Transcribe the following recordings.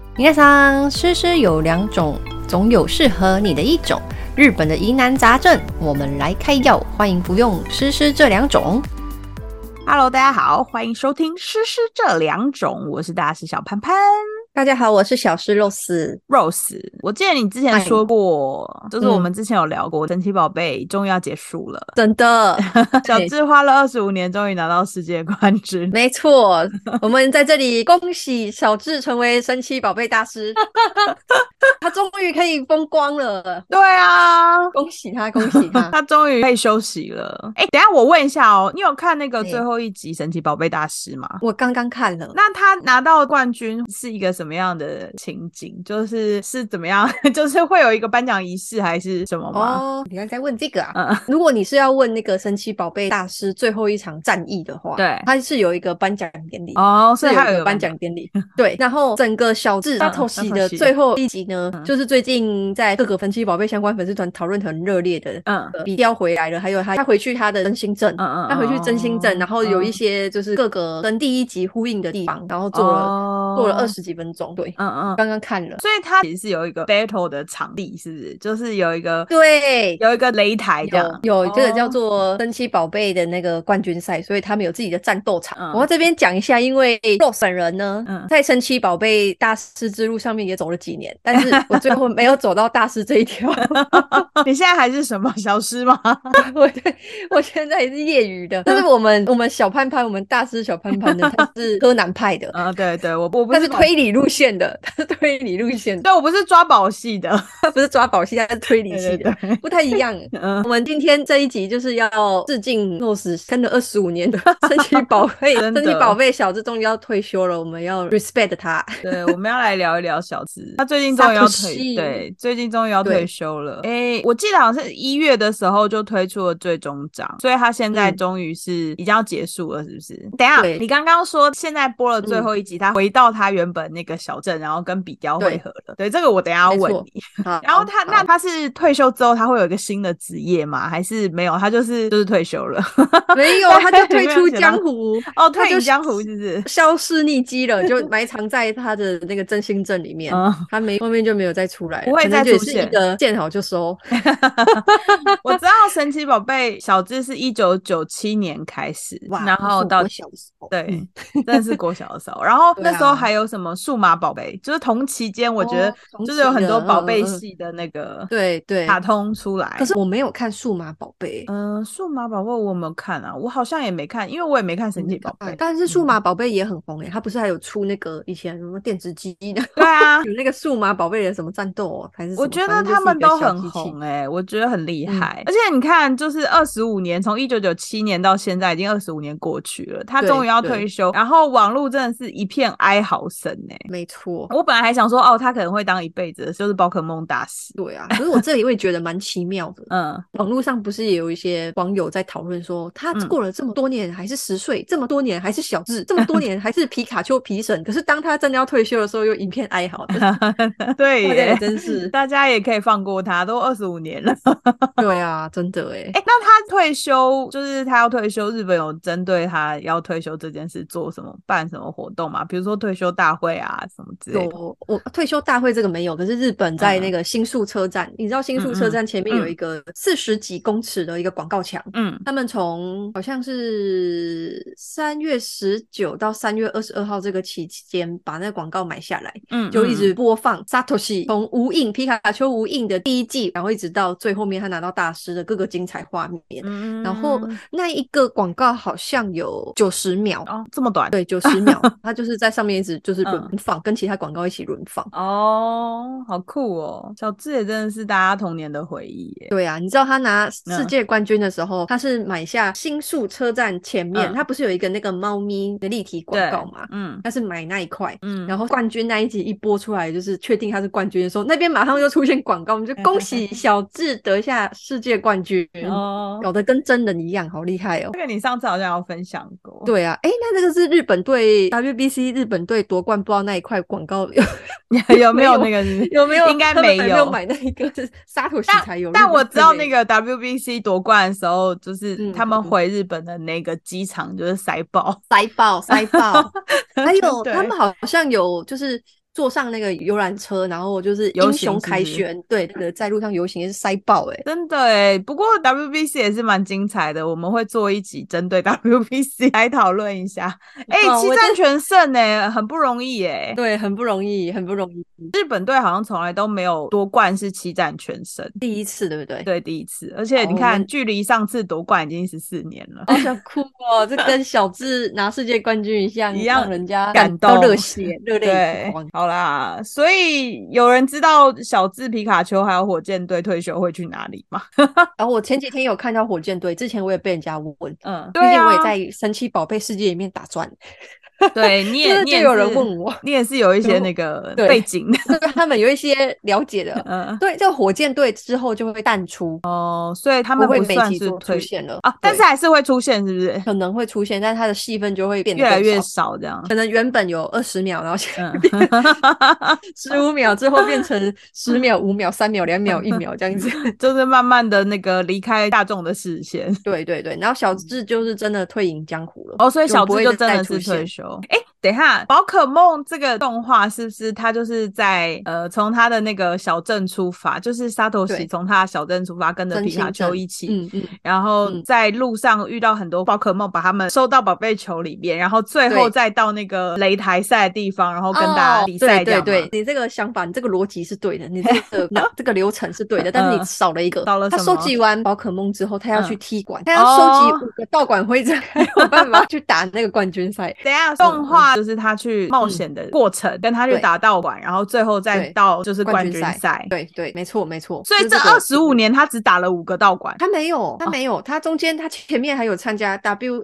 皆さん，诗诗有两种，总有适合你的一种。日本的疑难杂症，我们来开药，欢迎服用诗诗这两种。 Hello， 大家好，欢迎收听诗诗这两种，我是大师小潘潘。 大家好，我是小诗 Rose。 我记得你之前说过，就是我们之前有聊过，神奇宝贝终于要结束了， 真的， 小智花了25年，终于拿到世界冠军。 没错，我们在这里恭喜小智成为神奇宝贝大师，他终于可以风光了。 对啊， 恭喜他，恭喜他， 他终于可以休息了。等一下我问一下哦，你有看那个最后一集神奇宝贝大师吗？ 我刚刚看了。 那他拿到冠军是一个什么样的情景？是怎么样？就是会有一个颁奖仪式还是什么吗？ 哦，你刚才问这个啊？如果你是要问那个神奇宝贝大师最后一场战役的话， 对， 他是有一个颁奖典礼哦，所以他有一个颁奖典礼。对，然后整个小智Satoshi的最后一集呢，就是最近在各个神奇宝贝相关粉丝团讨论很热烈的，比雕回来了，还有他回去他的真心镇，他回去真心镇，然后有一些就是各个跟第一集呼应的地方，然后做了20几分钟。对，刚刚看了。 所以他其实是有一个 battle 的场地，是不是？就是有一个擂台这样， 有这个叫做神奇宝贝的那个冠军赛，所以他们有自己的战斗场。我要这边讲一下，因为 Rose 本人呢，在神奇宝贝大师之路上面也走了几年，但是我最后没有走到大师这一条。 你现在还是什么小师吗？ 我现在也是业余的，但是我们小潘潘，我们大师小潘潘的，他是柯南派的。 对，我不是， 他是推理路线的， 对，我不是抓宝系的， 他不是抓宝系，他是推理系的，对，不太一样。我们今天这一集就是要致敬 Rose 跟了25年的神奇宝贝，神奇宝贝小智终于要退休了，我们要 respect 他。 对，我们要来聊一聊小智，他最近终于要最近终于要退休了。我记得好像是1月的时候就推出了最终章，所以他现在终于是已经要结束了，是不是？等一下，你刚刚说现在播了最后一集，他回到他原本那个小镇，然后跟比雕会合了。对，这个我等一下要问你。然后他是退休之后他会有一个新的职业吗？还是没有？他就是退休了？ 没有，他就退出江湖。 退隐江湖是不是？ 消失匿迹了，就埋藏在他的那个真心镇里面。他后面就没有再出来了， 不会再出现， 是一个见好就收。 我知道神奇宝贝小智是1997年开始，然后到国小的时候， 对，真的是国小的时候。然后那时候还有什么数码宝贝，就是同期间我觉得就是有很多宝贝系的那个对卡通出来。 可是我没有看数码宝贝。 数码宝贝我有没有看啊？我好像也没看，因为我也没看神奇宝贝。 但是数码宝贝也很红他不是还有出那个以前什么电子机的？ 对啊， 有那个数码宝贝的什么战斗还是什么？ 我觉得他们都很红我觉得很厉害。而且你看，就是25年，从1997年到现在已经25年过去了，他终于要退休，然后网络真的是一片哀嚎声没错， 我本来还想说他可能会当一辈子的就是宝可梦大师。 对啊，可是我这里会觉得蛮奇妙的。网络上不是也有一些网友在讨论说，他过了这么多年还是10岁，这么多年还是小智，这么多年还是皮卡丘皮神，可是当他真的要退休的时候又一片哀嚎的。 对耶， 真是大家也可以放过他，都25年了。 对啊，真的那他退休，就是他要退休，日本有针对他要退休这件事办什么活动吗？比如说退休大会啊什么之类的。 我退休大会这个没有，可是日本在那个新宿车站，你知道新宿车站前面有一个40几公尺的一个广告墙，他们从好像是3月19到3月22号这个期间把那个广告买下来，就一直播放 Satoshi 从无印皮卡丘无印的第一季，然后一直到最后面他拿到大师的各个精彩画面，然后那一个广告好像有90秒这么短？ 对，90秒他就是在上面一直就是轮放，跟其他广告一起轮放。 好酷哦，小智也真的是大家童年的回忆耶。 对啊，你知道他拿世界冠军的时候，他是买下新宿车站前面，他不是有一个那个猫咪的立体广告嘛？他是买那一块，然后冠军那一集一播出来，就是确定他是冠军的时候，那边马上就出现广告，我们就恭喜小智得下世界冠军，搞得跟真人一样，好厉害哦！ 这个你上次好像有分享过。 对啊，那这个是日本队 WBC 日本队夺冠，不知道那一块广告有没有那个有没有？ 应该没有， 没有买那一个是沙土西才有。 但我知道那个 WBC 夺冠的时候，就是他们回日本的那个机场就是塞爆。 还有他们好像有就是坐上那个游览车，然后就是英雄凯旋，对，那个在路上游行也是塞爆真的不过 WBC 也是蛮精彩的，我们会做一集针对 WBC 来讨论一下。7战全胜很不容易对，很不容易，很不容易。 日本队好像从来都没有夺冠是7战全胜， 第一次对不对？ 对，第一次，而且你看距离上次夺冠已经14年了， 好想哭这跟小智拿世界冠军一样，让人家感动热血热泪盈眶。 好啦，所以有人知道小智、皮卡丘还有火箭队退休会去哪里吗？ 然后我前几天有看到火箭队，之前我也被人家问， 对啊， 毕竟我也在神奇宝贝世界里面打转。 对，你也有人问我， 你也是有一些那个背景的， 对，他们有一些了解的。对，这个火箭队之后就会淡出所以他们不算是出现了但是还是会出现，是不是？ 可能会出现，但他的戏份就会变得越来越少，这样可能原本有20秒，然后现在变15秒，之后变成10秒、5秒、3秒、2秒、1秒这样子， 就是慢慢的那个离开大众的视线。 对对对，然后小智就是真的退隐江湖了。 所以小智就真的是退休。等一下，宝可梦这个动画是不是他就是在从他的那个小镇出发，就是沙头喜从他的小镇出发，跟着皮卡丘一起，然后在路上遇到很多宝可梦，把他们收到宝贝球里面，然后最后再到那个擂台赛的地方，然后跟大家比赛。 对对对，你这个想法，你这个逻辑是对的，你这个流程是对的，但是你少了一个。他收集完宝可梦之后，他要去踢馆，他要收集5个道馆徽章，才有办法去打那个冠军赛。 等一下，动画就是他去冒险的过程，跟他去打道馆，然后最后再到就是冠军赛。 对对，没错没错。 所以这25年他只打了5个道馆。 他没有，他中间他前面还有参加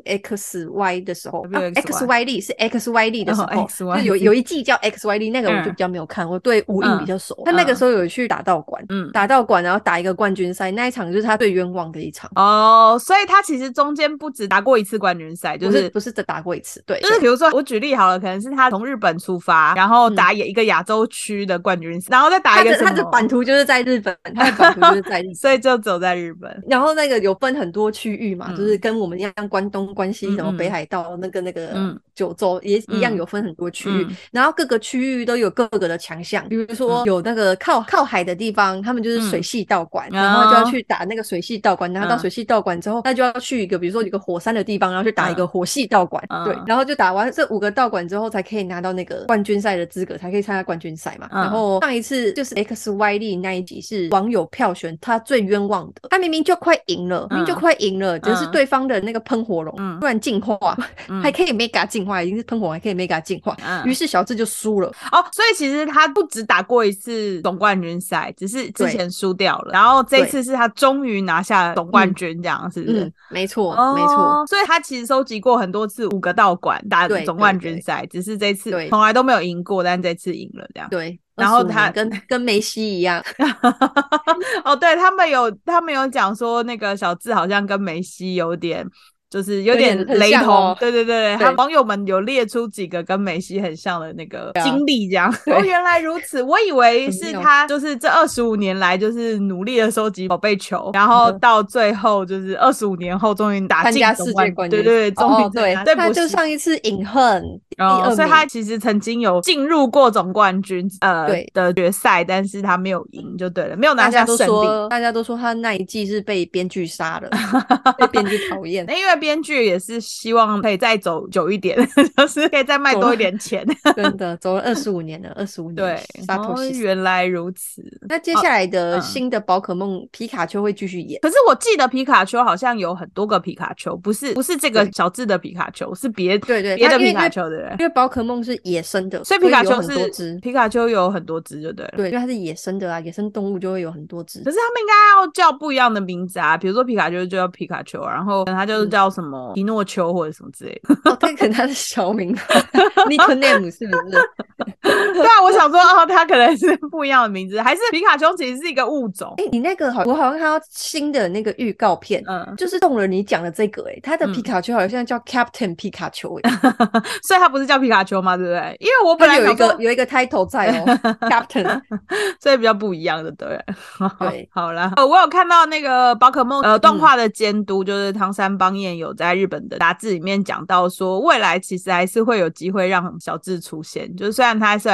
WXY 的时候，XY 力是 XY 力的时候，就有一季叫 XY 力，那个我就比较没有看，我对无印比较熟。他那个时候有去打道馆，打道馆，然后打一个冠军赛，那一场就是他最冤枉的一场。 所以他其实中间不止打过一次冠军赛，就是不是只打过一次，对， 就是比如说我举例好了，可能是他从日本出发，然后打一个亚洲区的冠军赛，然后再打一个什么， 他的版图就是在日本， 所以就走在日本。 然后那个有分很多区域嘛，就是跟我们一样关东、关西，什么北海道那个九州也一样有分很多区域，然后各个区域都有各个的强项，比如说有那个靠海的地方，他们就是水系道馆，然后就要去打那个水系道馆，然后到水系道馆之后，他就要去一个比如说一个火山的地方，然后去打一个火系道馆，对，然后就打完这5个道馆之后，才可以拿到那个冠军赛的资格，才可以参加冠军赛嘛。然后上一次就是 XY 力那一集是网友票选他最冤枉的，他明明就快赢了，只是对方的那个喷火龙突然进化，还可以 Mega 进化，已经是喷火还可以 Mega 进化，于是小智就输了。 所以其实他不只打过一次总冠军赛，只是之前输掉了，然后这一次是他终于拿下总冠军，这样是不是？ 没错没错。 所以他其实收集过很多次5个道馆打总冠军赛，只是这次从来都没有赢过，但这次赢了这样。 对， 然后他跟梅西一样。 对，他们有讲说那个小智好像跟梅西有点雷同，对对对，他网友们有列出几个跟梅西很像的那个经历，这样。原来如此，我以为是他就是这25年来就是努力的收集宝贝球，然后到最后就是25年后终于打进总冠军，对对对，终于对，他就上一次饮恨第2名， 所以他其实曾经有进入过总冠军的决赛，但是他没有赢就对了，没有拿下胜利。 大家都说他那一季是被编剧杀了，被编剧讨厌， 因为编剧也是希望可以再走久一点，就是可以再卖多一点钱。 真的走了25年了，25年。 对，原来如此。 那接下来的新的宝可梦皮卡丘会继续演， 可是我记得皮卡丘好像有很多个皮卡丘，不是这个小智的皮卡丘，是别的皮卡丘的人。 因为宝可梦是野生的， 所以皮卡丘有很多只， 皮卡丘有很多只就对了。 对，因为它是野生的啊，野生动物就会有很多只。 可是他们应该要叫不一样的名字啊，比如说皮卡丘就叫皮卡丘，然后它就是叫什么皮诺丘或者什么之类的。 这可能它是小名nickname 是不是？ 对啊，我想说它可能是不一样的名字，还是皮卡丘其实是一个物种。 你那个我好像看到新的那个预告片，就是动了你讲的这个它的皮卡丘好像叫 Captain 皮卡丘所以它不是叫皮卡丘吗？对不对？因为我本来有一个 title 在Captain 所以比较不一样的。对，好啦，我有看到那个宝可梦动画的监督，就是汤山邦彦有在日本的杂志里面讲到说，未来其实还是会有机会让小智出现，就是虽然退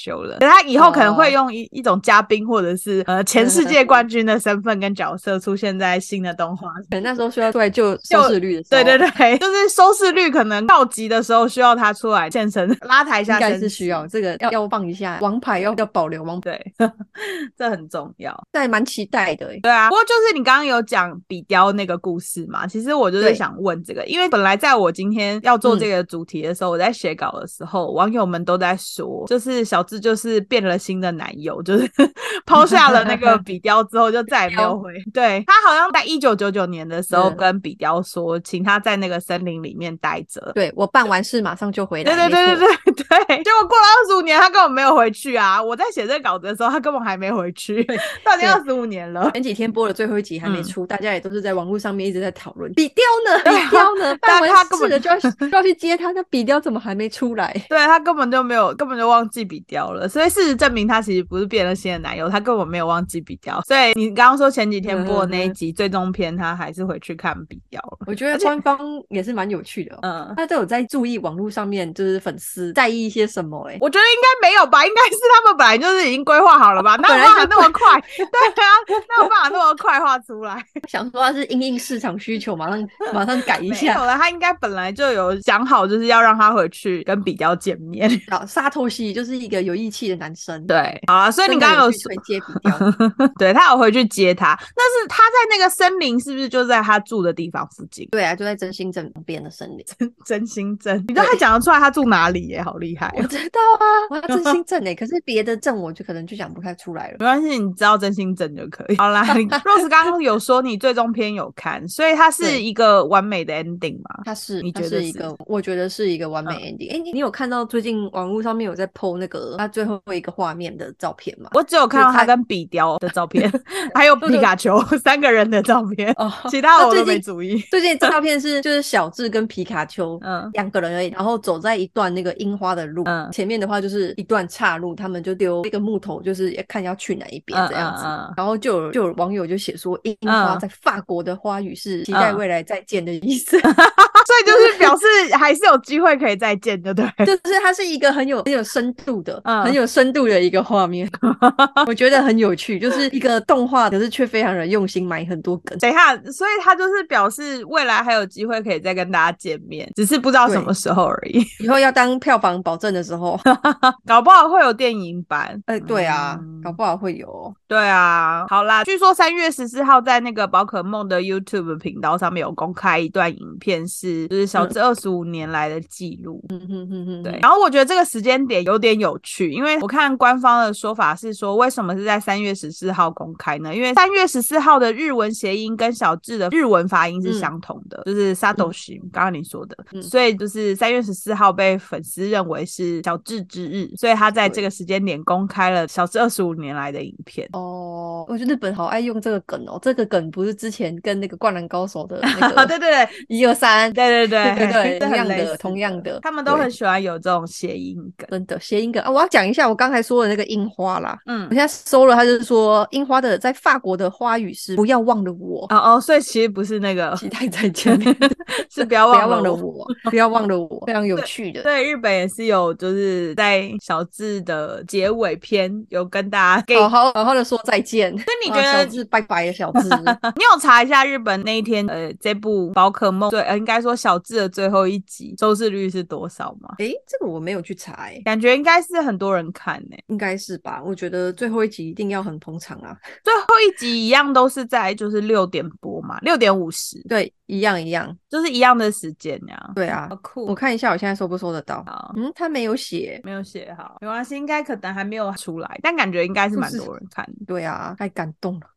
休了，他以后可能会用一种嘉宾或者是前世界冠军的身份跟角色出现在新的动画， 可能那时候需要出来就收视率的时候， 对对对，就是收视率可能告急的时候需要他出来现身拉抬一下， 应该是需要这个要放一下王牌，要保留王牌， 对这很重要， 这还蛮期待的。 对啊，不过就是你刚刚有讲比雕那个故事嘛，其实我就是想问这个，因为本来在我今天要做这个主题的时候，我在写稿的时候，网友们都在说，就是小智就是变了心的男友，就是抛下了那个比雕之后就再也没有回对，他好像在1999年的时候跟比雕说请他在那个森林里面待着， 对，我办完事马上就回来， 对对对对对对，结果过了25年他根本没有回去啊，我在写这个稿子的时候他根本还没回去，到底25年了， 前几天播的最后一集还没出，大家也都是在网络上面一直在讨论比雕呢，比雕呢，办完事了就要去接他，那比雕怎么还没出来？ 对，他根本就忘记比雕了，所以事实证明他其实不是变了心的男友，他根本没有忘记比雕，所以你刚刚说前几天播的那一集最终篇他还是回去看比雕了， 我觉得官方也是蛮有趣的他都有在注意网络上面就是粉丝在意一些什么我觉得应该没有吧，应该是他们本来就是已经规划好了吧，哪有办法那么快对啊，哪有办法那么快画出来想说他是因应市场需求马上改一下， 没有了，他应该本来就有想好就是要让他回去跟比雕见面沙透西就是一个有义气的男生， 对，好啊，所以你刚刚有去接比雕对，他有回去接他，但是他在那个森林是不是就在他住的地方附近？ 对啊，就在真心镇旁边的森林真心镇，你都还讲得出来他住哪里耶，好厉害我知道啊，哇，真心镇可是别的镇我就可能就讲不太出来了， 没关系，你知道真心镇就可以。好啦Rose 刚刚有说你最终篇有看，所以它是一个完美的 ending 吗？ 它是你觉得一个，我觉得是一个完美 ending。你有看到最近网络上面有在 po 那个他最后一个画面的照片吗？ 我只有看到他跟比雕的照片还有皮卡丘3个人的照片其他我都没注意。 最近这照片是就是小智跟皮卡丘2个人而已，然后走在一段那个樱花的路前面的话就是一段岔路，他们就丢一个木头，就是看要去哪一边这样子然后就有网友就写说樱花在法国的花语是期待未来再见的意思所以就是表示还是有机会可以再见对不对？ 就是它是一个很有深度的很有深度的一个画面我觉得很有趣，就是一个动画可是却非常的用心埋很多梗。 等一下，所以他就是表示未来还有机会可以再跟大家见面，只是不知道什么时候而已。 以后要当票房保证的时候搞不好会有电影版对啊搞不好会有对啊，好啦，据说3月14号在那个宝可梦的 YouTube 频道上面有公开一段影片，是就是小智25年来的记录对，然后我觉得这个时间点有点有趣，因为我看官方的说法是说为什么是在3月14号公开呢？因为3月14号的日文谐音跟小智的日文发音是相同的就是 Satoshi 刚刚你说的所以就是3月14号被粉丝认为是小智之日，所以他在这个时间点公开了小智25年来的影片我觉得日本好爱用这个梗这个梗不是之前跟那个灌篮高手的那个对对对 1、2、3 对对对对对同样的他们都很喜欢有这种谐音梗， 真的谐音梗我要讲一下我刚才说的那个樱花啦我现在搜了，他就是说樱花的在法国的花语是不要忘了我所以其实不是那个期待再见是不要忘了我不要忘了我非常有趣的对日本也是有就是在小智的结尾篇有跟大家好好的说再见， 所以你觉得小智拜拜的小智你有查一下日本那一天这部宝可梦应该说小智的最后一集收视率是多少吗？ 这个我没有去查感觉应该是很多人看应该是吧，我觉得最后一集一定要很捧场啊， 最后一集一样都是在就是6点播嘛，6点50 对一样就是一样的时间对啊好酷， 我看一下我现在搜不搜得到他没有写好没关系，应该可能还没有出来，但感觉应该是蛮多人看的对啊太感动了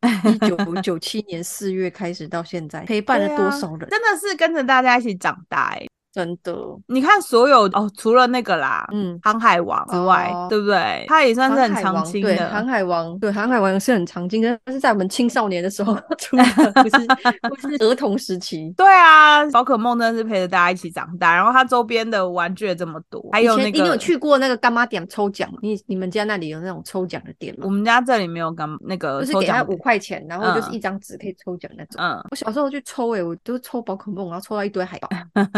1997年4月开始到现在陪伴了多少人真的是跟着大家一起长大真的你看所有除了那个啦航海王之外对不对，他也算是很常青的对航海王是很常青的，但是在我们青少年的时候出的不是儿童时期对啊宝可梦真的是陪着大家一起长大，然后它周边的玩具也这么多，还有那个你有去过那个干妈点抽奖吗？你们家那里有那种抽奖的店吗？ 我们家这里没有那个就是给他5块钱然后就是一张纸可以抽奖那种我小时候去抽我都抽宝可梦然后抽到一堆海报海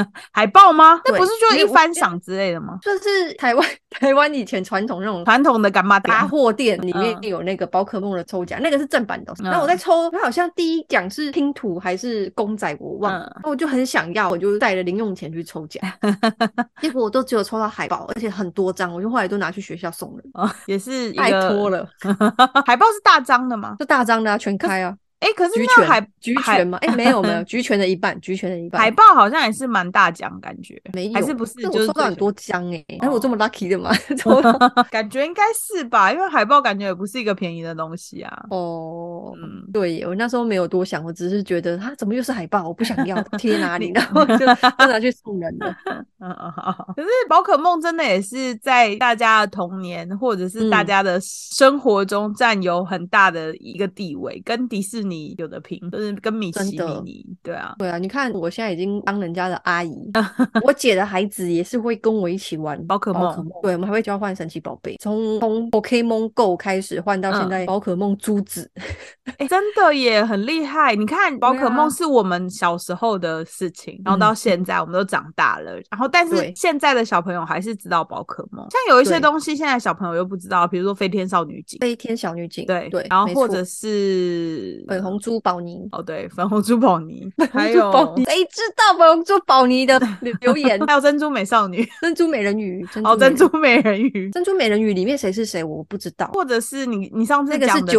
海报吗？那不是就一番赏之类的吗？ 就是台湾以前传统那种传统的干妈杂货店里面有那个宝可梦的抽奖，那个是正版的。然后我在抽，它好像第一奖是拼图还是公仔，我忘了。我就很想要，我就带了零用钱去抽奖，结果我都只有抽到海报，而且很多张，我就后来都拿去学校送人。 也是太多了。 海报是大张的吗？ 就大张的啊，全开啊。 可是那橘拳吗？没有橘拳的一半，橘拳的一半。 海报好像也是蛮大奖，感觉没有， 还是不是？ 我抽到很多张但是我这么 lucky 的吗？ 感觉应该是吧，因为海报感觉也不是一个便宜的东西啊。 对，我那时候没有多想，我只是觉得怎么又是海报，我不想要贴哪里，然后就拿去送人了。 可是宝可梦真的也是在大家的童年或者是大家的生活中占有很大的一个地位，跟迪士尼有的拼，就是跟米奇米妮。对啊， 你看我现在已经当人家的阿姨，我姐的孩子也是会跟我一起玩宝可梦。 对，我们还会交换神奇宝贝，从 Pokémon Go 开始换到现在宝可梦珠子。 真的也很厉害。你看宝可梦是我们小时候的事情，然后到现在我们都长大了，然后但是现在的小朋友还是知道宝可梦。像有一些东西现在小朋友又不知道，比如说飞天少女警。对，然后或者是粉红猪宝妮。 对，粉红猪宝妮。还有谁知道粉红猪宝妮的留言？ 还有珍珠美少女。 珍珠美人鱼。 珍珠美人鱼。 珍珠美人鱼里面谁是谁我不知道。 或者是你上次讲的那个是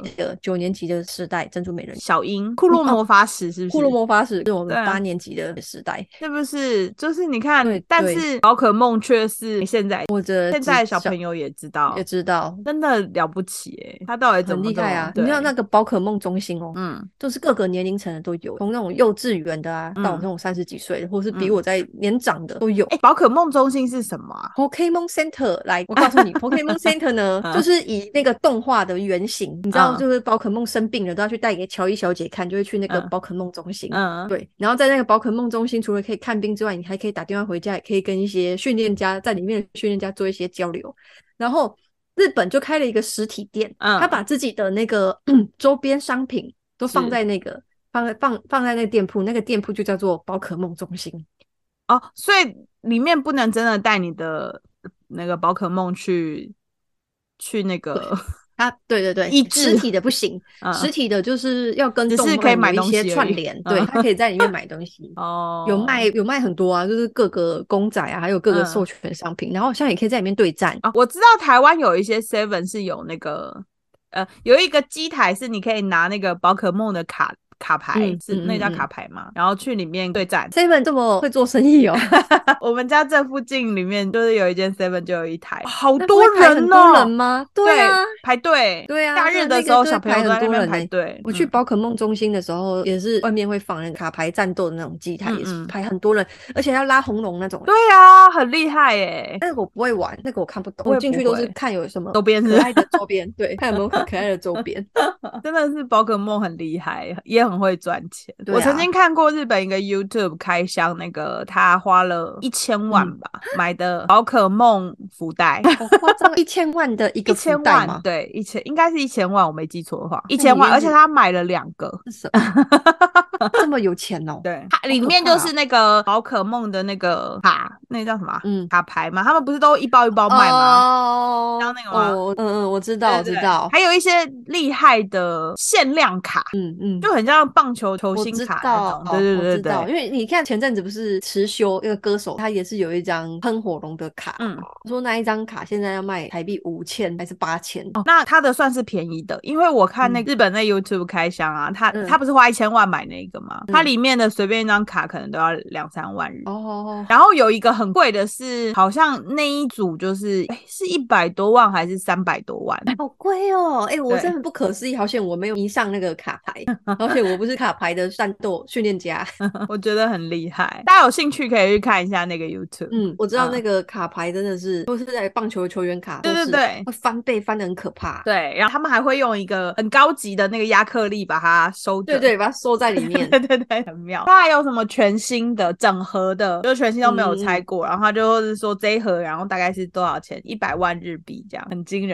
9年级的时代，珍珠美人鱼。 小樱。库洛魔法使是不是？ 库洛魔法使是我们8年级的时代， 是不是？就是你看，但是宝可梦却是现在的小朋友也知道，真的了不起他到底怎么很厉害啊？你知道那个宝可梦中心就是各个年龄层的都有，从那种幼稚园的到那种30几岁的，或是比我在年长的都有。 宝可梦中心是什么啊？ Pokémon Center。 来，我告诉你Pokémon Center 呢就是以那个动画的原型，你知道就是宝可梦生病了都要去带给乔伊小姐看，就会去那个宝可梦中心。对，然后在那个宝可梦中心除了可以看病之外，你还可以打电话回家，也可以跟一些训练家在里面的训练家做一些交流。然后日本就开了一个实体店，他把自己的那个周边商品都放在那个放在那个店铺，那个店铺就叫做宝可梦中心。 所以里面不能真的带你的那个宝可梦去那个对，实体的不行，实体的就是要跟动漫有一些串联，对，他可以在里面买东西。有卖很多啊，就是各个公仔啊，还有各个授权商品，然后像也可以在里面对战。 我知道台湾有一些 7 是有那个有一个机台是你可以拿那个宝可梦的卡牌，是那叫卡牌嘛，然后去里面对战。 7这么会做生意我们家这附近里面就是有一间 7就有一台，好多人很多人吗？对啊， 排队。 对啊， 假日的时候小朋友都在那边排队。 我去宝可梦中心的时候也是外面会放那个卡牌战斗的那种机台，也是排很多人，而且要拉红龙那种。 对啊，很厉害耶。 那个我不会玩，那个我看不懂，我进去都是看有什么周边可爱的周边，对，看有没有可爱的周边。 真的是宝可梦很厉害，也很会赚钱。我曾经看过日本一个 YouTube 开箱，那个他花了1000万吧买的宝可梦福袋。 夸张，1000万的一个福袋吗？ 对，应该是1000万，我没记错的话，1000万，而且他买了2个。 这么有钱哦？ 对，里面就是那个宝可梦的那个卡，那个叫什么？卡牌嘛，他们不是都一包一包卖吗？知道那个吗？ 我知道， 还有一些厉害的限量卡，就很像棒球球星卡那种。对， 我知道，因为你看前阵子不是池修一个歌手，他也是有一张喷火龙的卡，说那一张卡现在要卖台币5000还是8000。 那他的算是便宜的，因为我看那日本那 YouTube 开箱啊，他不是花1000万买那个吗？它里面的随便一张卡可能都要2-3万日。然后有一个很贵的是，好像那一组就是是100多万还是300多万， 好贵哦！我真的不可思议，好险我没有迷上那个卡牌，好险我不是卡牌的战斗训练家。 我觉得很厉害，大家有兴趣可以去看一下那个 YouTube。 我知道那个卡牌真的是都是在棒球球员卡， 对， 会翻倍翻得很可怕。 对，然后他们还会用一个很高级的那个亚克力把它收着， 对，把它收在里面。 对，很妙。它还有什么全新的整盒的，就全新都没有拆过，然后他就是说这一盒然后大概是多少钱，100万日币这样，很惊人吧？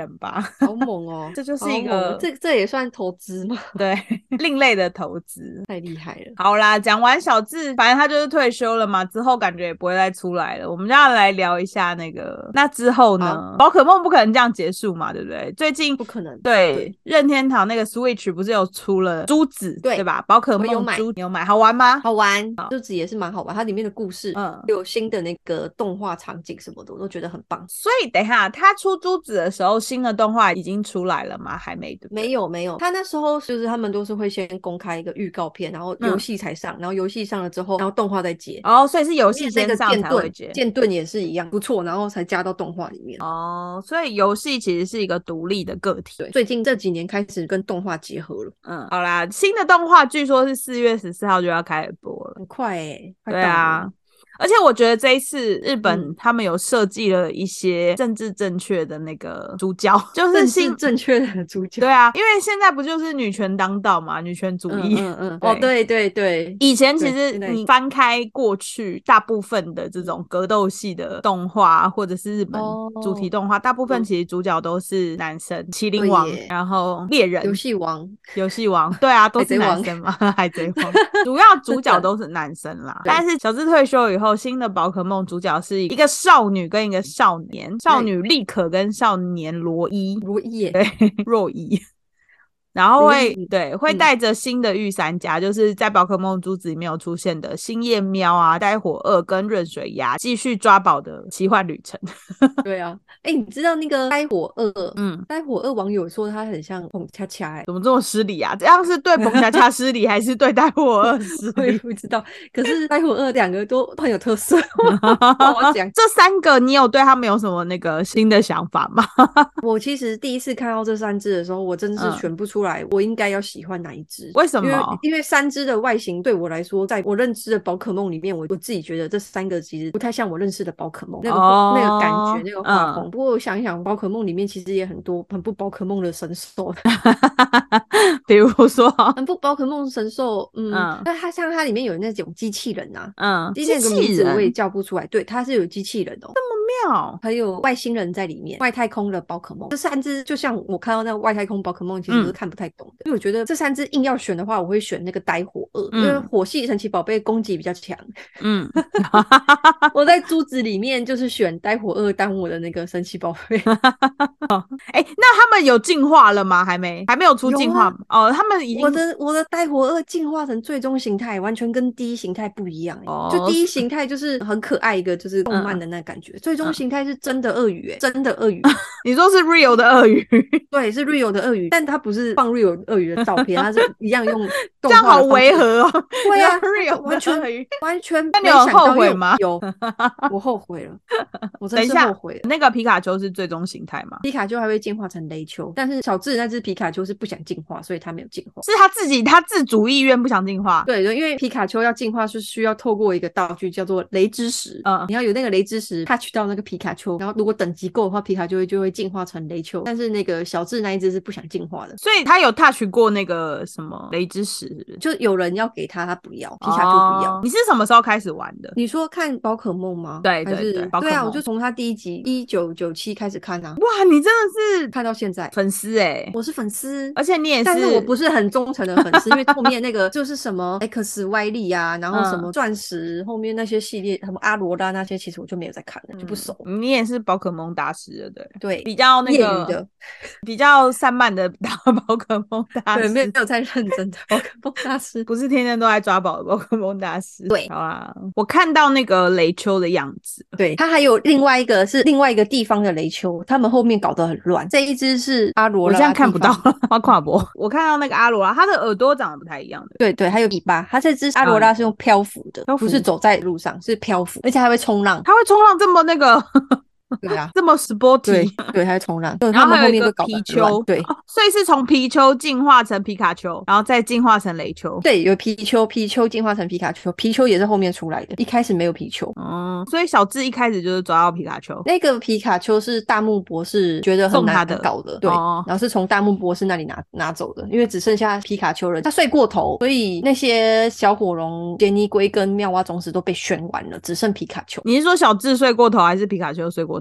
好猛哦这就是一个这也算投资吗？ 对，另类的投资， 太厉害了。 好啦，讲完小智，反正他就是退休了嘛，之后感觉也不会再出来了。我们就要来聊一下那个，那之后呢？宝可梦不可能这样结束嘛，对不对？最近不可能。 对任天堂那个 Switch 不是有出了珠子，对吧？宝可梦珠你有买，好玩吗？ 好玩，珠子也是蛮好玩，它里面的故事，有新的那个动画场景什么的，我都觉得很棒。 所以等一下，他出珠子的时候，新的动画已经出来了吗？还没，对不对？ 没有，他那时候就是他们都是会先公开一个预告片，然后游戏才上，然后游戏上了之后，然后动画再接。 哦，所以是游戏先上才会接。 剑盾也是一样，不错，然后才加到动画里面。 哦，所以游戏其实是一个独立的个体。 对，最近这几年开始跟动画结合了。 好啦，新的动画据说是4月14号就要开始播了， 很快欸， 对啊。而且我觉得这一次日本他们有设计了一些政治正确的那个主角，就是政治正确的主角。 对啊，因为现在不就是女权当道嘛，女权主义。 对。 以前其实你翻开过去大部分的这种格斗系的动画，或者是日本主题动画，大部分其实主角都是男生，麒麟王，然后猎人、 游戏王， 对啊，都是男生嘛，海贼王，主要主角都是男生啦。但是小智退休以后，新的宝可梦主角是一个少女跟一个少年，少女莉可跟少年罗伊耶， 对，若伊。然后会带着新的御三家，就是在宝可梦珠子里面有出现的星夜喵啊、呆火二跟润水鸭，继续抓宝的奇幻旅程。 对啊，你知道那个呆火二，呆火二网友说他很像彭恰恰， 怎么这么失礼啊？这样是对彭恰恰失礼，还是对呆火二失礼？ 我也不知道。可是呆火二两个都很有特色。我讲这3个，你有对他们有什么那个新的想法吗？ 我其实第一次看到这3只的时候，我真的是选不出来，我应该要喜欢哪一只？ 为什么？ 因为3只的外形对我来说，在我认知的宝可梦里面，我自己觉得这3个其实不太像我认识的宝可梦那个感觉，那个画风。不过我想一想，宝可梦里面其实也很多很不宝可梦的神兽， 比如说很不宝可梦神兽，那它像它里面有那种机器人啊， 机器人个名字我也叫不出来，对，它是有机器人哦， 这么妙， 还有外星人在里面，外太空的宝可梦。这3只就像我看到那个外太空宝可梦，其实都是看不太懂的，因为我觉得这3只硬要选的话，我会选那个呆火二，因为火系神奇宝贝攻击比较强。我在珠子里面就是选呆火二当我的那个神奇宝贝。 那他们有进化了吗？还没有出进化哦，他们已经我的呆火二进化成最终形态，完全跟第一形态不一样就第一形态就是很可爱一个就是动漫的那感觉，最终形态是真的鳄鱼真的鳄鱼。 你说是 real 的鳄鱼？ 对，是 real 的鳄鱼，但它不是放 real 鳄鱼的照片，它是一样用动画的这样好违和哦。 对啊 ，real 完全那你有后悔吗？ 有，我后悔了，我真是后悔了。 那个皮卡丘是最终形态吗？ 皮卡丘还会进化成雷丘，但是小智那只皮卡丘是不想进化，所以他没有进化， 是他自主意愿不想进化。 对，因为皮卡丘要进化是需要透过一个道具叫做雷之石，你要有那个雷之石 touch 到那个皮卡丘，然后如果等级够的话，皮卡丘就会进化成雷丘，但是那个小智那一只是不想进化的， 所以他有 touch 过那个什么雷之石， 就有人要给他不要，皮卡丘不要。 你是什么时候开始玩的？ 你说看宝可梦吗？ 对， 对啊，我就从他第1集1997开始看啊。 哇，你真的是看到现在粉丝我是粉丝， 而且你也是， 但是我不是很忠诚的粉丝，因为后面那个就是什么 XY 力啊，然后什么钻石后面那些系列，什么阿罗拉那些，其实我就没有在看了，就不熟。 你也是宝可梦大师的， 对， 比较那个业余的， 比较散漫的宝可梦大师， 对，没有在认真的宝可梦大师， 不是天天都在抓宝的宝可梦大师。 对， 好啊，我看到那个雷丘的样子， 对，它还有另外一个地方的雷丘，他们后面搞得很乱。这一只是阿罗拉， 我现在看不到花跨博，我看到那个阿罗拉，它的耳朵长得不太一样的， 对，还有尾巴，它这只阿罗拉是用漂浮的，不是走在路上，是漂浮，而且还会冲浪， 这么那个。 对啊， 这么 sporty， 对，还会冲浪， 然后还有一个皮丘， 对， 所以是从皮丘进化成皮卡丘，然后再进化成雷丘， 对，有皮丘进化成皮卡丘，皮丘也是后面出来的，一开始没有皮丘， 所以小智一开始就是抓到皮卡丘， 那个皮卡丘是大木博士觉得很难搞的，对，然后是从大木博士那里拿走的，因为只剩下皮卡丘了，他睡过头，所以那些小火龙、杰尼龟跟妙蛙种子都被选完了，只剩皮卡丘。 你是说小智睡过头还是皮卡丘睡过头？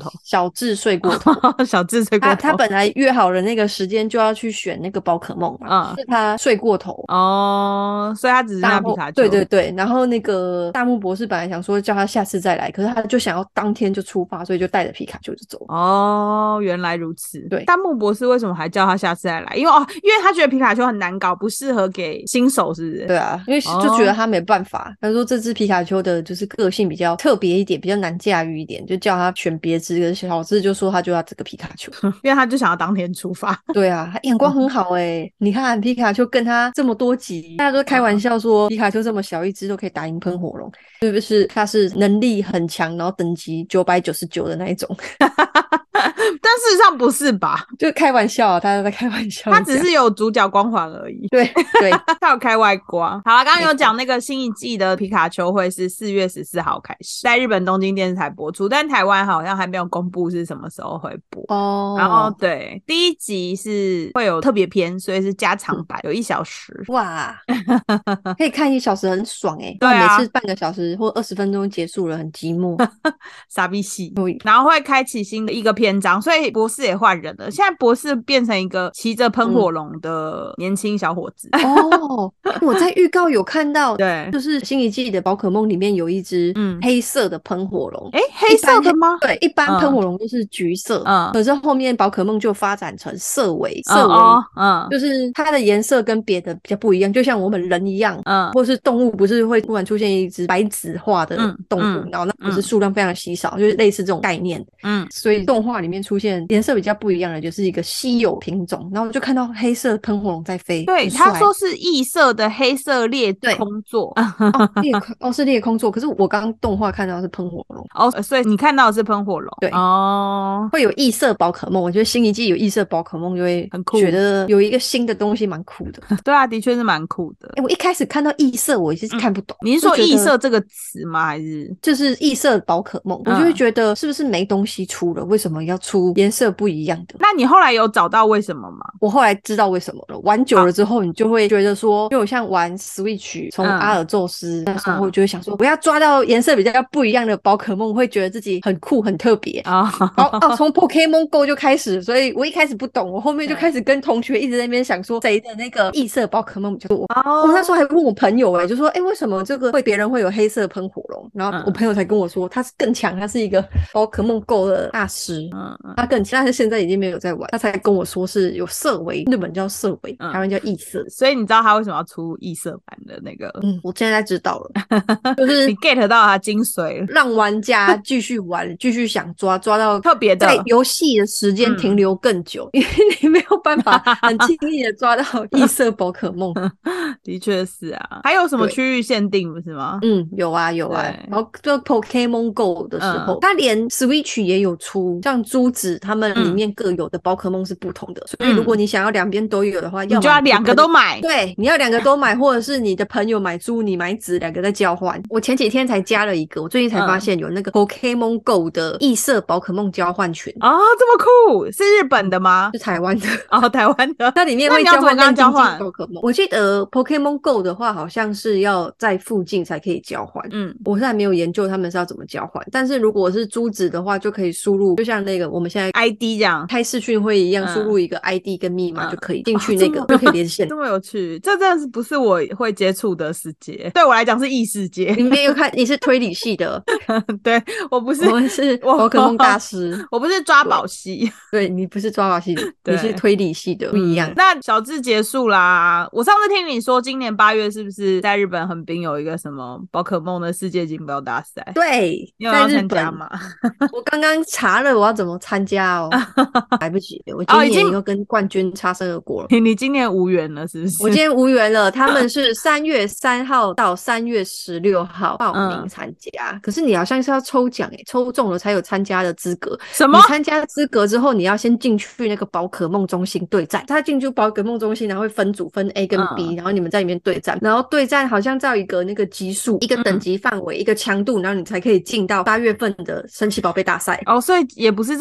头， 小智睡过头小智睡过头， 他本来约好了那个时间就要去选那个宝可梦嘛，是他睡过头所以他只是那皮卡丘。 对对对，然后那个大木博士本来想说叫他下次再来，可是他就想要当天就出发，所以就带着皮卡丘就走了。原来如此。 对， 大木博士为什么还叫他下次再来？因为他觉得皮卡丘很难搞，不适合给新手，是不是？ 对啊，因为就觉得他没办法。他说这只皮卡丘的就是个性比较特别一点，比较难驾驭一点，就叫他选别只。可是小智就说他就要这个皮卡丘， 因为他就想要当天出发。 对啊，他眼光很好你看皮卡丘跟他这么多集，大家都开玩笑说皮卡丘这么小一只都可以打赢喷火龙，是不是？他是能力很强，然后等级999的那一种。 但事实上不是吧？ 就开玩笑啊，大家在开玩笑。 他只是有主角光环而已。 对对， 他有开外挂。好了，刚刚有讲那个新一季的皮卡丘会是4月14号开始在日本东京电视台播出，但台湾好像还没有公布是什么时候会播。然后对，第一集是会有特别篇，所以是加长版，有1小时。 哇，可以看1小时，很爽对啊， 每次半个小时或20分钟结束了，很寂寞。 傻逼戏。然后会开启新的一个篇章，所以博士也换人了。现在博士变成一个骑着喷火龙的年轻小伙子。 我在预告有看到， 对， 就是新一季的宝可梦里面有一只黑色的喷火龙。 黑色的吗？ 对，一般喷火龙都是橘色，可是后面宝可梦就发展成色尾，就是它的颜色跟别的比较不一样，就像我们人一样，或是动物不是会突然出现一只白紫化的动物，然后那不是数量非常稀少，就是类似这种概念。所以动画里面出现颜色比较不一样的就是一个稀有品种，然后我就看到黑色喷火龙在飞。 对，他说是异色的黑色裂空座。 是裂空座，可是我刚刚动画看到的是喷火龙。 所以你看到的是喷火龙。 对会有异色宝可梦，我觉得新一季有异色宝可梦就会很酷，觉得有一个新的东西蛮酷的。 对啊，的确是蛮酷的。 我一开始看到异色我也是看不懂。 你是说异色这个词吗？还是就是异色宝可梦，我就会觉得是不是没东西出了，为什么要出颜色不一样的？ 那你后来有找到为什么吗？ 我后来知道为什么了。玩久了之后你就会觉得说，就像玩 Switch 从阿尔宙斯那时候，我就会想说我要抓到颜色比较不一样的宝可梦，会觉得自己很酷很特别。从 Pokemon Go 就开始，所以我一开始不懂，我后面就开始跟同学一直在那边想说谁的那个异色宝可梦比较多。我那时候还问我朋友就说为什么这个别人会有黑色喷火龙，然后我朋友才跟我说他是更强，他是一个宝可梦 Go 的大师，他更强，但是现在已经没有在玩，他才跟我说是有色尾，日本叫色尾，台湾叫异色。 所以你知道他为什么要出异色版的那个？ 我现在知道了，就是你 get 到他精髓了， 让玩家继续玩，继续想抓到特别的， 在游戏的时间停留更久，因为你没有办法很轻易的抓到异色宝可梦。 的确是啊。还有什么区域限定不是吗？ 有啊。然后就 Pokemon Go 的时候，它连 Switch 也有出，像珠子他们里面各有的宝可梦是不同的，所以如果你想要两边都有的话， 你就要2个都买。 对，你要2个都买，或者是你的朋友买珠你买紫，2个在交换。我前几天才加了一个，我最近才发现有那个 Pokemon Go 的异色宝可梦交换群。 这么酷！是日本的吗？ 是台湾的。 台湾的。 它里面会交换宝可梦。我记得 Pokemon Go 的话好像是要在附近才可以交换。我是还没有研究他们是要怎么交换，但是如果是珠子的话就可以输入，就像那个我们现在 ID 这样开视讯会一样，输入一个 ID 跟密码就可以进去那个就可以连线。 这么有趣，这真的是不是我会接触的世界，对我来讲是异世界。 你没有看，你是推理系的。 对，我不是， 我们是宝可梦大师。 我不是抓宝系。 对，你不是抓宝系的，你是推理系的，不一样。 那小智结束啦。我上次听你说今年8月是不是在日本横滨有一个什么宝可梦的世界锦标大赛？ 对， 你有要参加吗？ 我刚刚查了我要怎么参加来不及了，我今年又跟冠军擦身而过了。 你今年无缘了是不是？ 我今天无缘了，他们是3月3号到3月16号报名参加，可是你好像是要抽奖抽中了才有参加的资格。 什么？ 你参加资格之后你要先进去那个宝可梦中心对战，他进去宝可梦中心然后会分组分 A 跟 B，然后你们在里面对战，然后对战好像在一个那个级数，一个等级范围，一个强度，然后你才可以进到8月份的神奇宝贝大赛。 所以也不是这么容易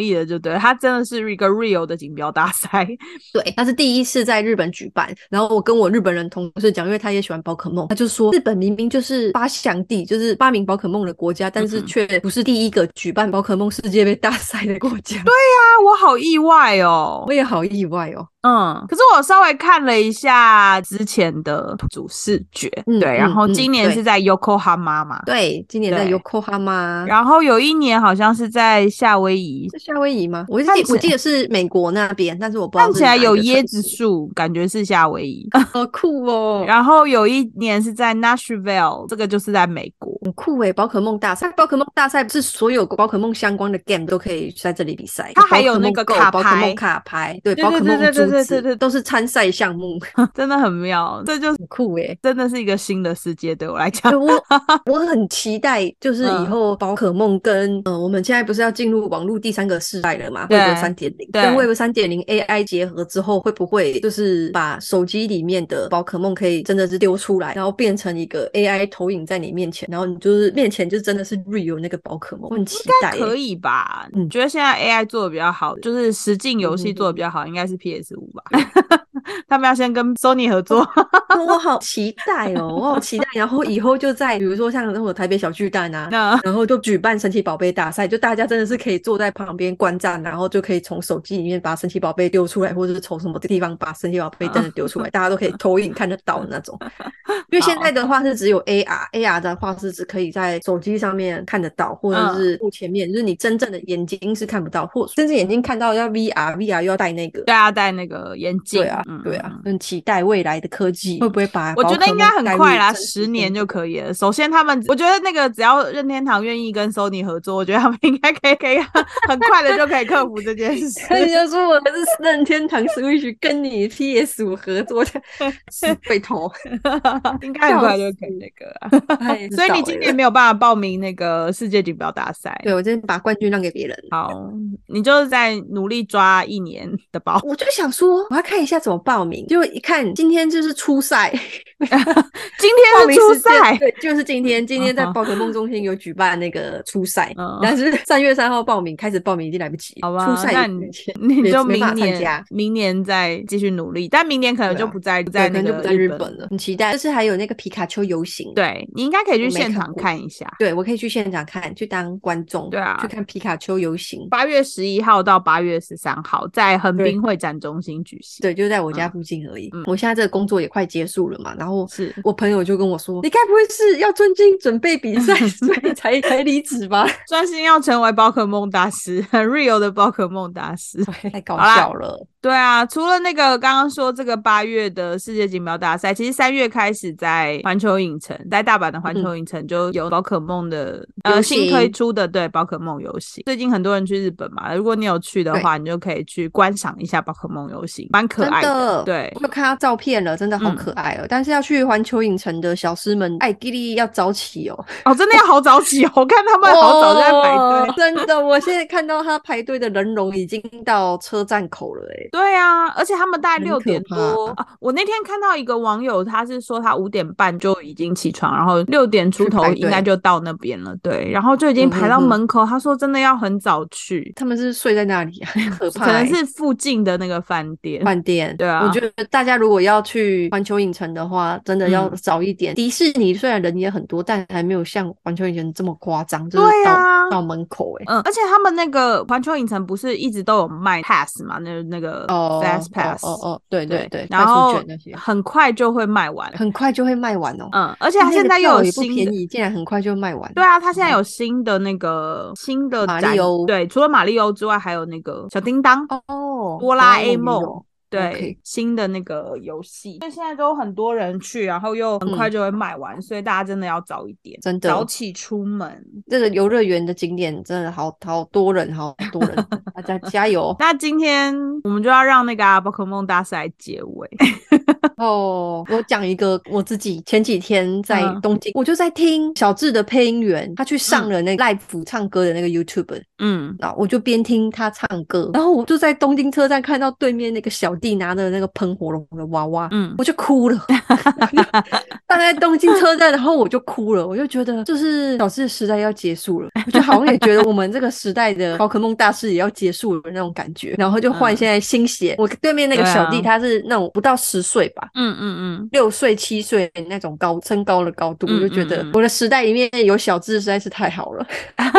意的，就对，它真的是一个 real 的锦标大赛。 对，它是第一次在日本举办，然后我跟我日本人同事讲，因为他也喜欢宝可梦，他就说日本明明就是发祥地，就是发明宝可梦的国家，但是却不是第一个举办宝可梦世界杯大赛的国家。 对啊，我好意外哦。 我也好意外哦。 可是我稍微看了一下之前的主视觉，对，然后今年是在 Yokohama 嘛， 对，今年在 Yokohama， 然后有一年好像是在夏威夷， 是夏威夷吗？我记得是美国那边，但是我不知道看起来有椰子树，感觉是夏威夷， 好酷哦。 然后有一年是在 Nashville， 这个就是在美国， 很酷耶。宝可梦大赛，宝可梦大赛是所有宝可梦相关的 game 都可以在这里比赛， 它还有那个卡牌， 宝可梦卡牌，对，宝可梦珠子都是参赛项目， 真的很妙，这就是很酷耶， 真的是一个新的世界对我来讲。 我很期待，就是以后宝可梦跟我们现在不是要进入网络第3个世代了嘛 ，Web 3.0， 跟 Web 3.0 AI 结合之后，会不会就是把手机里面的宝可梦可以真的是丢出来，然后变成一个 AI 投影在你面前，然后你就是面前就真的是 real 那个宝可梦，我很期待。 应该可以吧？觉得现在 AI 做的比较好，就是实境游戏做的比较好，应该是 PS5 吧。他们要先跟 Sony 合作。 我好期待哦，我好期待。然后以后就在比如说像我台北小巨蛋啊，然后就举办神奇宝贝大赛，就大家真的是可以坐在旁边观战，然后就可以从手机里面把神奇宝贝丢出来，或者是从什么地方把神奇宝贝真的丢出来，大家都可以投影看得到的那种。因为现在的话是只有 AR 的话是只可以在手机上面看得到，或者是前面就是你真正的眼睛是看不到，或甚至眼睛看到要 VR 又要戴那个， 对啊，戴那个眼镜。 对啊，很期待未来的科技会不会把， 我觉得应该很快啦，10年就可以了。首先他们，我觉得那个只要任天堂愿意跟 Sony 合作，我觉得他们应该可以很快的就可以克服这件事。 人家说我是任天堂 Switch 跟你 PS5 合作的，被投， 应该很快就可以那个啊。所以你今年没有办法报名那个世界锦标大赛。 对，我今天把冠军让给别人。 好，你就是在努力抓1年的宝。 我就想说，我要看一下怎么报名，结果一看今天就是初赛。 今天是初赛， 对，就是今天在宝可梦中心有举办那个初赛，但是3月3号报名，开始报名已经来不及， 好吧？ 初赛那你就明年再继续努力，但明年可能就不在那个日本了。很期待，就是还有那个皮卡丘游行， 对你应该可以去现场看一下。 对，我可以去现场看，去当观众， 对啊， 去看皮卡丘游行。 8月11号到8月13号在横滨会展中心举行， 对，就在我家附近而已。我现在这个工作也快结束了嘛，然后我朋友就跟我说，你该不会是要专心准备比赛所以才离职吧？ 专心要成为宝可梦大师，很 real 的宝可梦大师， 太搞笑了。 对啊，除了那个刚刚说这个8月的世界锦标大赛，其实3月开始在环球影城，在大阪的环球影城就有宝可梦的新推出的对宝可梦游行。最近很多人去日本嘛，如果你有去的话，你就可以去观赏一下宝可梦游行，蛮可爱的。对， 我有看到照片了，真的好可爱哦。但是要去环球影城的小师们，爱吉利要早起哦。 真的要好早起哦，我看他们好早就在排队。 真的，我现在看到他排队的人龙已经到车站口了耶。 对啊，而且他们大概6点多我那天看到一个网友，他是说他5点半就已经起床，然后6点出头应该就到那边了。对，然后就已经排到门口。他说真的要很早去。 他们是睡在那里啊，可怕。 可能是附近的那个饭店。 对啊，我觉得大家如果要去环球影城的话，真的要早一点。迪士尼虽然人也很多，但还没有像环球影城这么夸张，就是到门口而且他们那个环球影城不是一直都有卖 pass 嘛，那个 fast pass。 对对对， 然后很快就会卖完，而且他现在又有新的， 不便宜，竟然很快就卖完。 对啊，他现在有新的马里欧， 对，除了马里欧之外，还有那个小叮当哆啦 A 梦。对，新的那个游戏，所以现在都很多人去，然后又很快就会卖完，所以大家真的要早一点， 真的早起出门。 这个游乐园的景点真的好多人，大家加油！ 那今天我们就要让那个宝可梦大赛结尾。 我讲一个我自己前几天在东京，我就在听小智的配音员，他去上了那个 live 唱歌的那个 YouTube， 然后我就边听他唱歌，然后我就在东京车站看到对面那个小弟拿着那个喷火龙的娃娃，我就哭了。站在东京车站，然后我就哭了，我就觉得就是小智的时代要结束了，我就好像也觉得我们这个时代的宝可梦大师也要结束了那种感觉，然后就换现在新血。我对面那个小弟他是那种不到10岁吧，6岁7岁那种身高的高度，我就觉得我的时代里面有小智实在是太好了。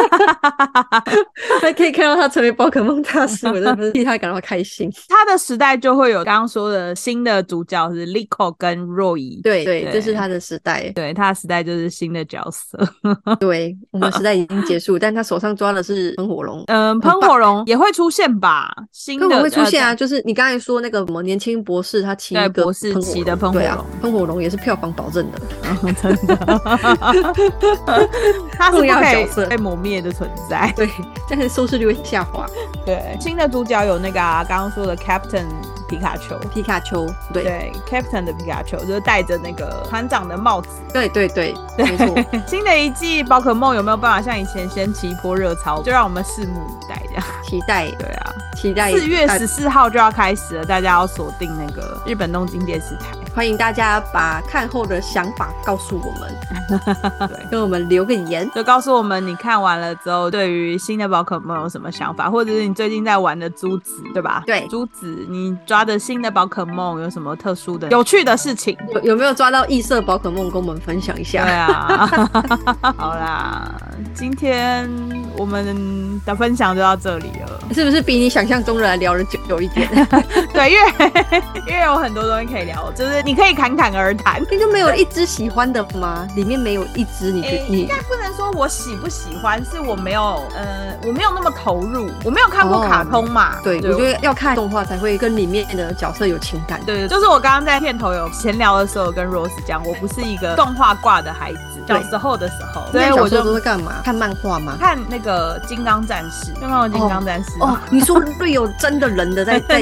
还可以看到他成为宝可梦大师，我真的替他感到开心。 他的时代就会有刚刚说的新的主角是 Liko 跟 Roy， 对，这是他的时代， 对，他的时代就是新的角色。 对，我们时代已经结束，但他手上抓的是喷火龙。 喷火龙也会出现吧？新的会出现啊，就是你刚才说那个什么年轻博士，他骑一个博士骑的喷火龙， 喷火龙也是票房保证的， 真的。他是不可以被磨灭的存在， 对，但是收视率会下滑。 对，新的主角有那个刚刚说的 Captain 皮卡丘，对 Captain 的皮卡丘就是戴着那个团长的帽子， 对，没错。 新的一季宝可梦有没有办法像以前掀起一波热潮？就让我们拭目以待，这样期待。 对啊， 期待 4月14号就要开始了，大家要锁定那个日本东京电视台。 欢迎大家把看后的想法告诉我们，对，跟我们留个言， 就告诉我们你看完了之后对于新的宝可梦有什么想法，或者是你最近在玩的珠子，对吧？ 对， 珠子你抓的新的宝可梦有什么特殊的有趣的事情， 有没有抓到异色宝可梦跟我们分享一下？ 对啊。好啦，今天我们的分享就到这里了， 是不是比你想象中的聊得久一点？ 对，因为有很多东西可以聊，就是你可以侃侃而谈。 你就没有一只喜欢的吗？里面没有一只你应该不能说我喜不喜欢，是我没有那么投入，我没有看过卡通嘛。 对，我觉得要看动画才会跟里面的角色有情感。 对，就是我刚刚在片头有闲聊的时候跟 Rose 讲，我不是一个动画挂的孩子，小时候的时候， 所以我就都是干嘛？看漫画吗？ 看那个金刚战士，有没有金刚战士？ 你说对，有真的人的在对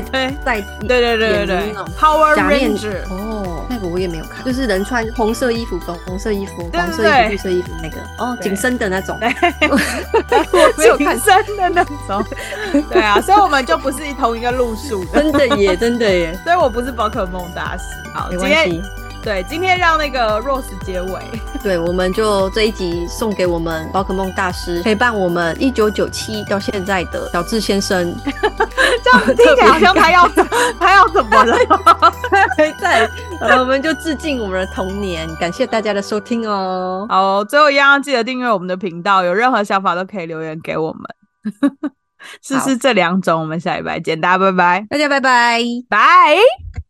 Power Ranger， 那个我也没有看，就是人穿红色衣服、粉红色衣服、黄色衣服、绿色衣服那个紧身的那种， 我没有看紧身的那种。对啊，所以我们就不是同一个路数的， 真的耶， 所以我不是宝可梦大师。好， 没关系。 对，今天让那个 Rose 结尾。 对，我们就这一集送给我们宝可梦大师，陪伴我们1997到现在的小智先生。 这样听起来好像他要怎么了？ 还在，我们就致敬我们的童年，感谢大家的收听哦。 好，最后一样要记得订阅我们的频道，有任何想法都可以留言给我们。试试这2种，我们下礼拜见，大家拜拜。 大家拜拜， 拜。